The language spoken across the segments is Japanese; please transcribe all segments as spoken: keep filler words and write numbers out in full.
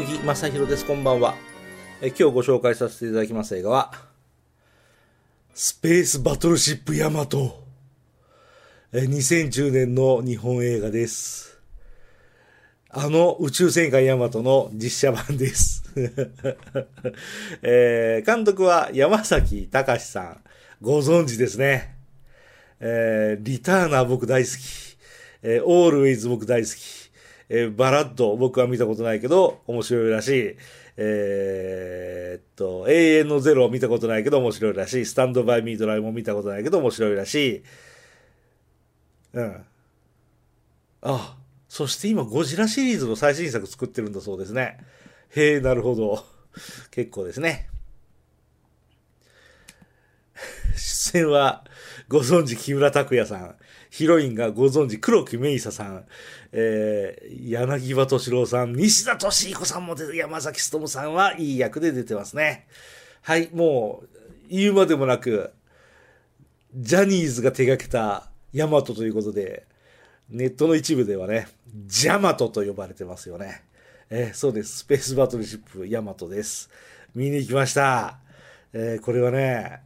小木正弘です。こんばんは。え今日ご紹介させていただきます映画はスペースバトルシップヤマト。えにせんじゅうねんの日本映画です。あの宇宙戦艦ヤマトの実写版です、えー、監督は山崎隆さん、ご存知ですね。えー、リターナー僕大好き、えー、オールウェイズ僕大好き、えー、バラッド僕は見たことないけど面白いらしい、えー、っと永遠のゼロを見たことないけど面白いらしい、スタンドバイミードライも見たことないけど面白いらしい。うんあそして今ゴジラシリーズの最新作作ってるんだそうですね。へえ、なるほど。結構ですね。出演はご存知木村拓哉さん、ヒロインがご存知黒木メイサさん、えー、柳葉敏郎さん、西田敏彦さんも出て、山崎努さんはいい役で出てますね。はい、もう言うまでもなくジャニーズが手掛けたヤマトということで、ネットの一部ではね、ジャマトと呼ばれてますよね。えー、そうです。スペースバトルシップヤマトです。見に行きました。えー、これはね、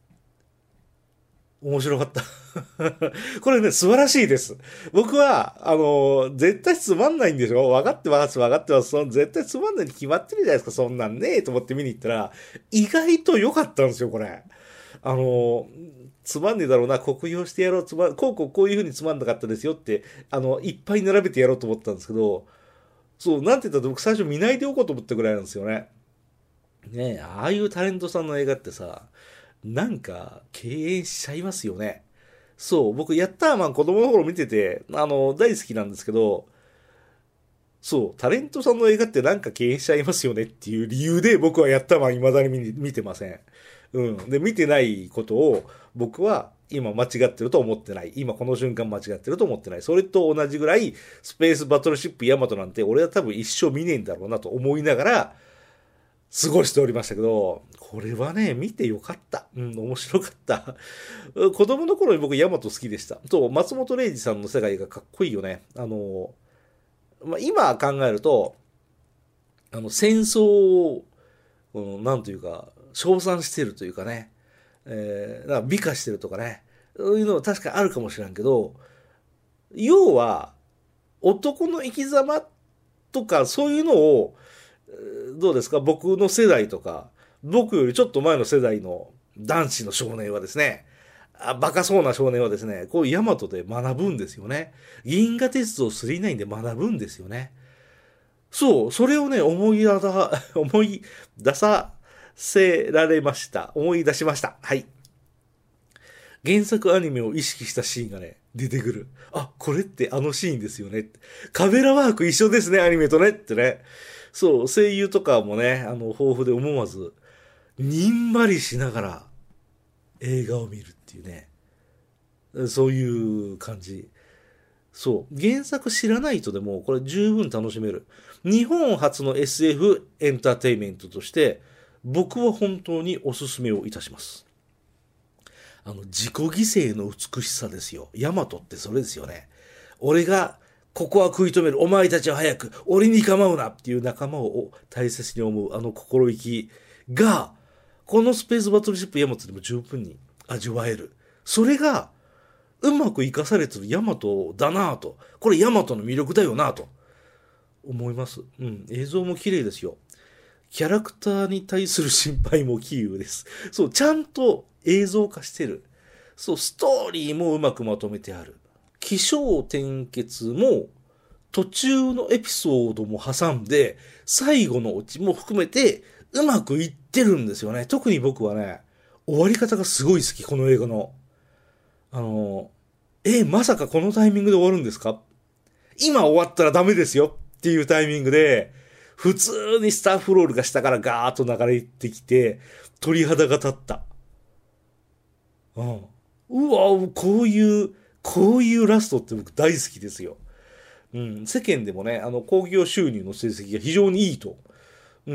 面白かった。これね、素晴らしいです。僕は、あのー、絶対つまんないんでしょ、分かってます、分かってます。その絶対つまんないに決まってるじゃないですか、そんなんね、と思って見に行ったら、意外と良かったんですよ、これ。あのー、つまんねえだろうな、酷評してやろう、つまん、こうこうこういう風につまんなかったですよって、あの、いっぱい並べてやろうと思ったんですけど、そう、なんて言ったら僕最初見ないでおこうと思ったぐらいなんですよね。ねえ、ああいうタレントさんの映画ってさ、なんか敬遠しちゃいますよね。そう、僕ヤッターマン子供の頃見てて、あの、大好きなんですけど、そう、タレントさんの映画ってなんか敬遠しちゃいますよねっていう理由で僕はヤッターマン未だに見見てません。うん。で、見てないことを僕は今間違ってると思ってない。今この瞬間間違ってると思ってない。それと同じぐらいスペースバトルシップヤマトなんて俺は多分一生見ねえんだろうなと思いながら過ごしておりましたけど、これはね、見てよかった。うん、面白かった。子供の頃に僕ヤマト好きでした。そう、松本零士さんの世界がかっこいいよね。あの、まあ、今考えると、あの、戦争を、うん、なんというか、称賛してるというかね、えー、なんか美化してるとかね、そういうのは確かにあるかもしれんけど、要は、男の生き様とかそういうのを、どうですか、僕の世代とか、僕よりちょっと前の世代の男子の少年はですね、あバカそうな少年はですね、こういうヤマトで学ぶんですよね。銀河鉄道スリーナインで学ぶんですよね。そう、それをね、思い出さ、思い出させられました。思い出しました。はい。原作アニメを意識したシーンがね、出てくる。あ、これってあのシーンですよね。カメラワーク一緒ですね、アニメとね。ってね。そう、声優とかもね、あの、豊富で思わず、にんまりしながら映画を見るっていうね。そういう感じ。そう。原作知らない人でも、これ十分楽しめる。日本初の エスエフ エンターテインメントとして、僕は本当におすすめをいたします。あの、自己犠牲の美しさですよ。ヤマトってそれですよね。俺が、ここは食い止める。お前たちは早く、俺に構うなっていう仲間を大切に思う、あの心意気が、このスペースバトルシップヤマトでも十分に味わえる。それが、うまく生かされてるヤマトだなぁと。これヤマトの魅力だよなぁと思います。うん。映像も綺麗ですよ。キャラクターに対する心配もキーウです。そう、ちゃんと映像化してる。そう、ストーリーもうまくまとめてある。起承転結も途中のエピソードも挟んで、最後のオチも含めてうまくいってるんですよね。特に僕はね、終わり方がすごい好き、この映画の。あの、え、まさかこのタイミングで終わるんですか？今終わったらダメですよっていうタイミングで、普通にスタッフロールが下からガーッと流れてきて、鳥肌が立った。うん。うわ、こういう、こういうラストって僕大好きですよ。うん。世間でもね、あの、興行収入の成績が非常にいいと、うん、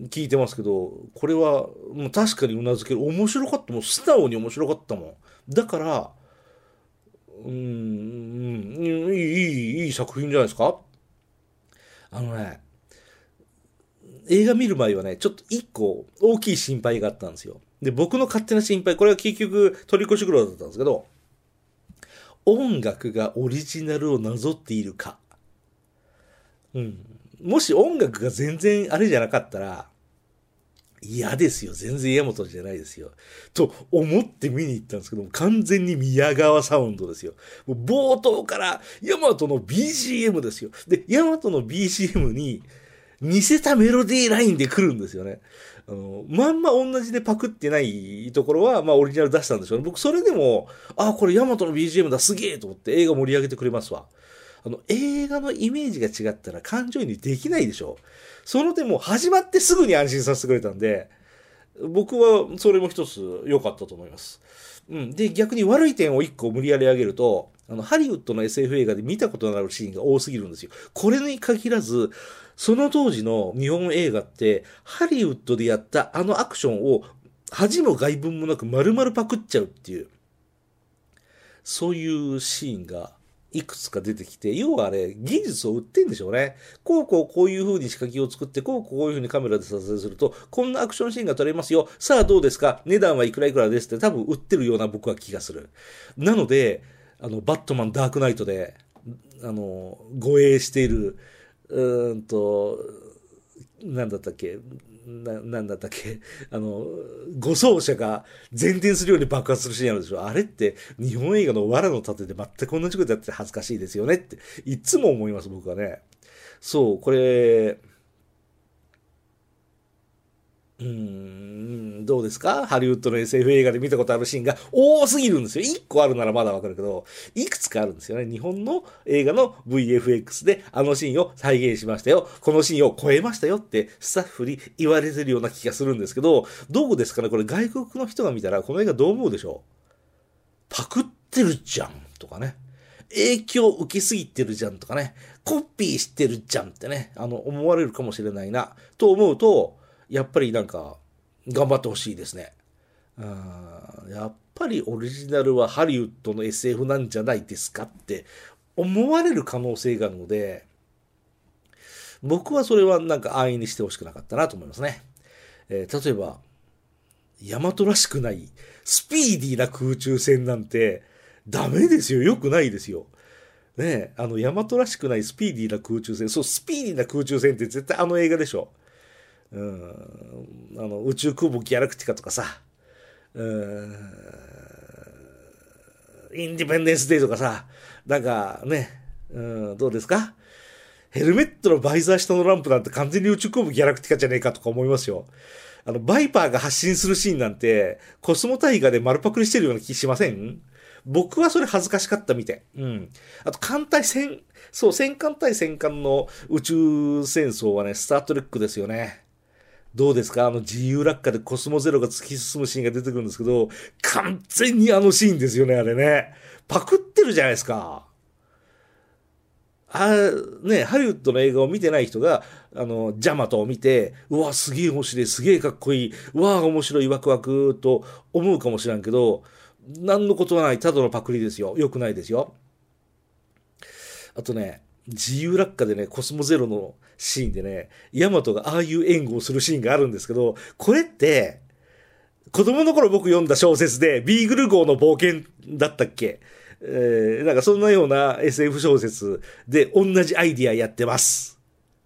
聞いてますけど、これは、もう確かに頷ける。面白かったもん。素直に面白かったもん。だから、うん、うん、いい、いい、いい作品じゃないですか。あのね、 映画見る前はね、ちょっと一個大きい心配があったんですよ。で、僕の勝手な心配、これは結局取り越し苦労だったんですけど、音楽がオリジナルをなぞっているか。うん。もし音楽が全然あれじゃなかったら、嫌ですよ。全然山本じゃないですよ。と思って見に行ったんですけども、完全に宮川サウンドですよ。もう冒頭からヤマトの ビージーエム ですよ。で、ヤマトの ビージーエム に似せたメロディーラインで来るんですよね。あの、まんま同じでパクってないところは、まあオリジナル出したんでしょうね。僕それでも、あ、これヤマトの ビージーエム だ、すげえと思って映画盛り上げてくれますわ。あの、映画のイメージが違ったら感情移入できないでしょ。その点も始まってすぐに安心させてくれたんで、僕はそれも一つ良かったと思います。うん。で、逆に悪い点を一個無理やり上げると、あの、ハリウッドの エスエフ 映画で見たことのあるシーンが多すぎるんですよ。これに限らず、その当時の日本映画って、ハリウッドでやったあのアクションを恥も外聞もなく丸々パクっちゃうっていう、そういうシーンがいくつか出てきて、要はあれ、技術を売ってんでしょうね。こうこうこういう風に仕掛けを作って、こうこうこういう風にカメラで撮影すると、こんなアクションシーンが撮れますよ。さあどうですか？値段はいくらいくらですって多分売ってるような僕は気がする。なので、あの、バットマンダークナイトで、あの、護衛している、うーんと、なんだったっけな、なんだったっけあの、護送車が前転するように爆発するシーンあるでしょ。あれって日本映画の藁の盾で全く同じことやって恥ずかしいですよねって、いつも思います、僕はね。そう、これ、うーん、どうですか？ハリウッドの エスエフ 映画で見たことあるシーンが多すぎるんですよ。いっこあるならまだわかるけど、いくつかあるんですよね。日本の映画の ブイエフエックス であのシーンを再現しましたよ。このシーンを超えましたよってスタッフに言われてるような気がするんですけど、どうですかね？これ外国の人が見たらこの映画どう思うでしょう？パクってるじゃんとかね。影響受けすぎてるじゃんとかね。コピーしてるじゃんってね、あの、思われるかもしれないな、と思うと、やっぱりなんか、頑張ってほしいですね。あやっぱりオリジナルはハリウッドの エスエフ なんじゃないですかって思われる可能性があるので、僕はそれはなんか安易にしてほしくなかったなと思いますね。えー、例えば、ヤマトらしくないスピーディーな空中戦なんてダメですよ。良くないですよ。ねえ、あの、ヤマトらしくないスピーディーな空中戦。そう、スピーディーな空中戦って絶対あの映画でしょ。うん、あの、宇宙空母ギャラクティカとかさ、うん、インディペンデンスデーとかさ、なんかね、うん、どうですか？ヘルメットのバイザー下のランプなんて完全に宇宙空母ギャラクティカじゃねえかとか思いますよ。あの、バイパーが発信するシーンなんて、コスモタイガーで丸パクリしてるような気しません？僕はそれ恥ずかしかったみて。うん。あと、艦隊戦、そう、戦艦対戦艦の宇宙戦争はね、スタートレックですよね。どうですか？あの自由落下でコスモゼロが突き進むシーンが出てくるんですけど、完全にあのシーンですよね、あれね。パクってるじゃないですか。あね、ハリウッドの映画を見てない人が、あの、ジャマトを見て、うわ、すげえ面白い、すげえかっこいい、うわ、面白い、ワクワクと思うかもしれんけど、何のことはない、ただのパクリですよ。よくないですよ。あとね、自由落下でね、コスモゼロのシーンでね、ヤマトがああいう援護をするシーンがあるんですけど、これって、子供の頃僕読んだ小説で、ビーグル号の冒険だったっけ？えー、なんかそんなような エスエフ 小説で同じアイディアやってます。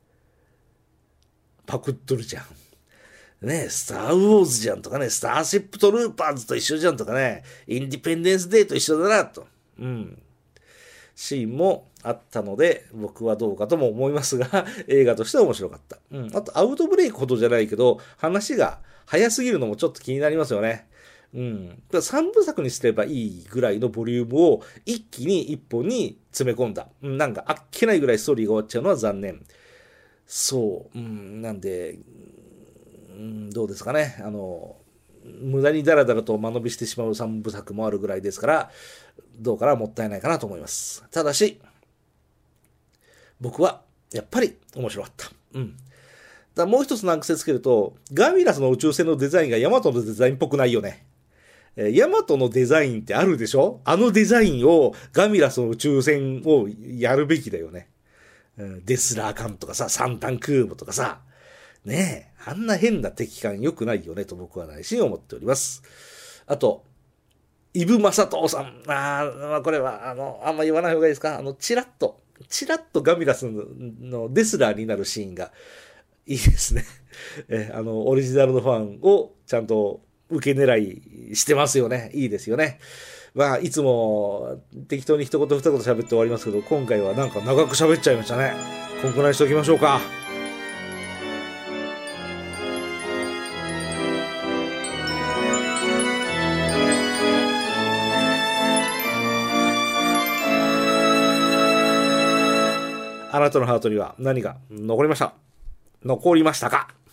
パクっとるじゃん。ね、スターウォーズじゃんとかね、スターシップトルーパーズと一緒じゃんとかね、インディペンデンスデーと一緒だなと。うん。シーンもあったので、僕はどうかとも思いますが、映画としては面白かった。うん。あと、アウトブレイクほどじゃないけど、話が早すぎるのもちょっと気になりますよね。うん。さんぶさくにすればいいぐらいのボリュームを一気に一本に詰め込んだ。うん、なんかあっけないぐらいストーリーが終わっちゃうのは残念。そう。うん、なんで、うん、どうですかね。あの、無駄にダラダラと間延びしてしまうさんぶさくもあるぐらいですから、どうかな、もったいないかなと思います。ただし、僕はやっぱり面白かった。うん。だもう一つ難癖つけると、ガミラスの宇宙船のデザインがヤマトのデザインっぽくないよね。ヤマトのデザインってあるでしょ？あのデザインをガミラスの宇宙船をやるべきだよね。デスラー艦とかさ、サンタンクームとかさ、 ねえ、あんな変な敵感良くないよねと僕は内心思っております。あと、イブ・マサトウさん。あー、まあ、これは、あの、あんま言わない方がいいですか？あの、チラッと、チラッとガミラスのデスラーになるシーンがいいですね。え、あの、オリジナルのファンをちゃんと受け狙いしてますよね。いいですよね。まあ、いつも適当に一言二言喋って終わりますけど、今回はなんか長く喋っちゃいましたね。こんくらいにしておきましょうか。あなたのハートには何が残りました残りましたか？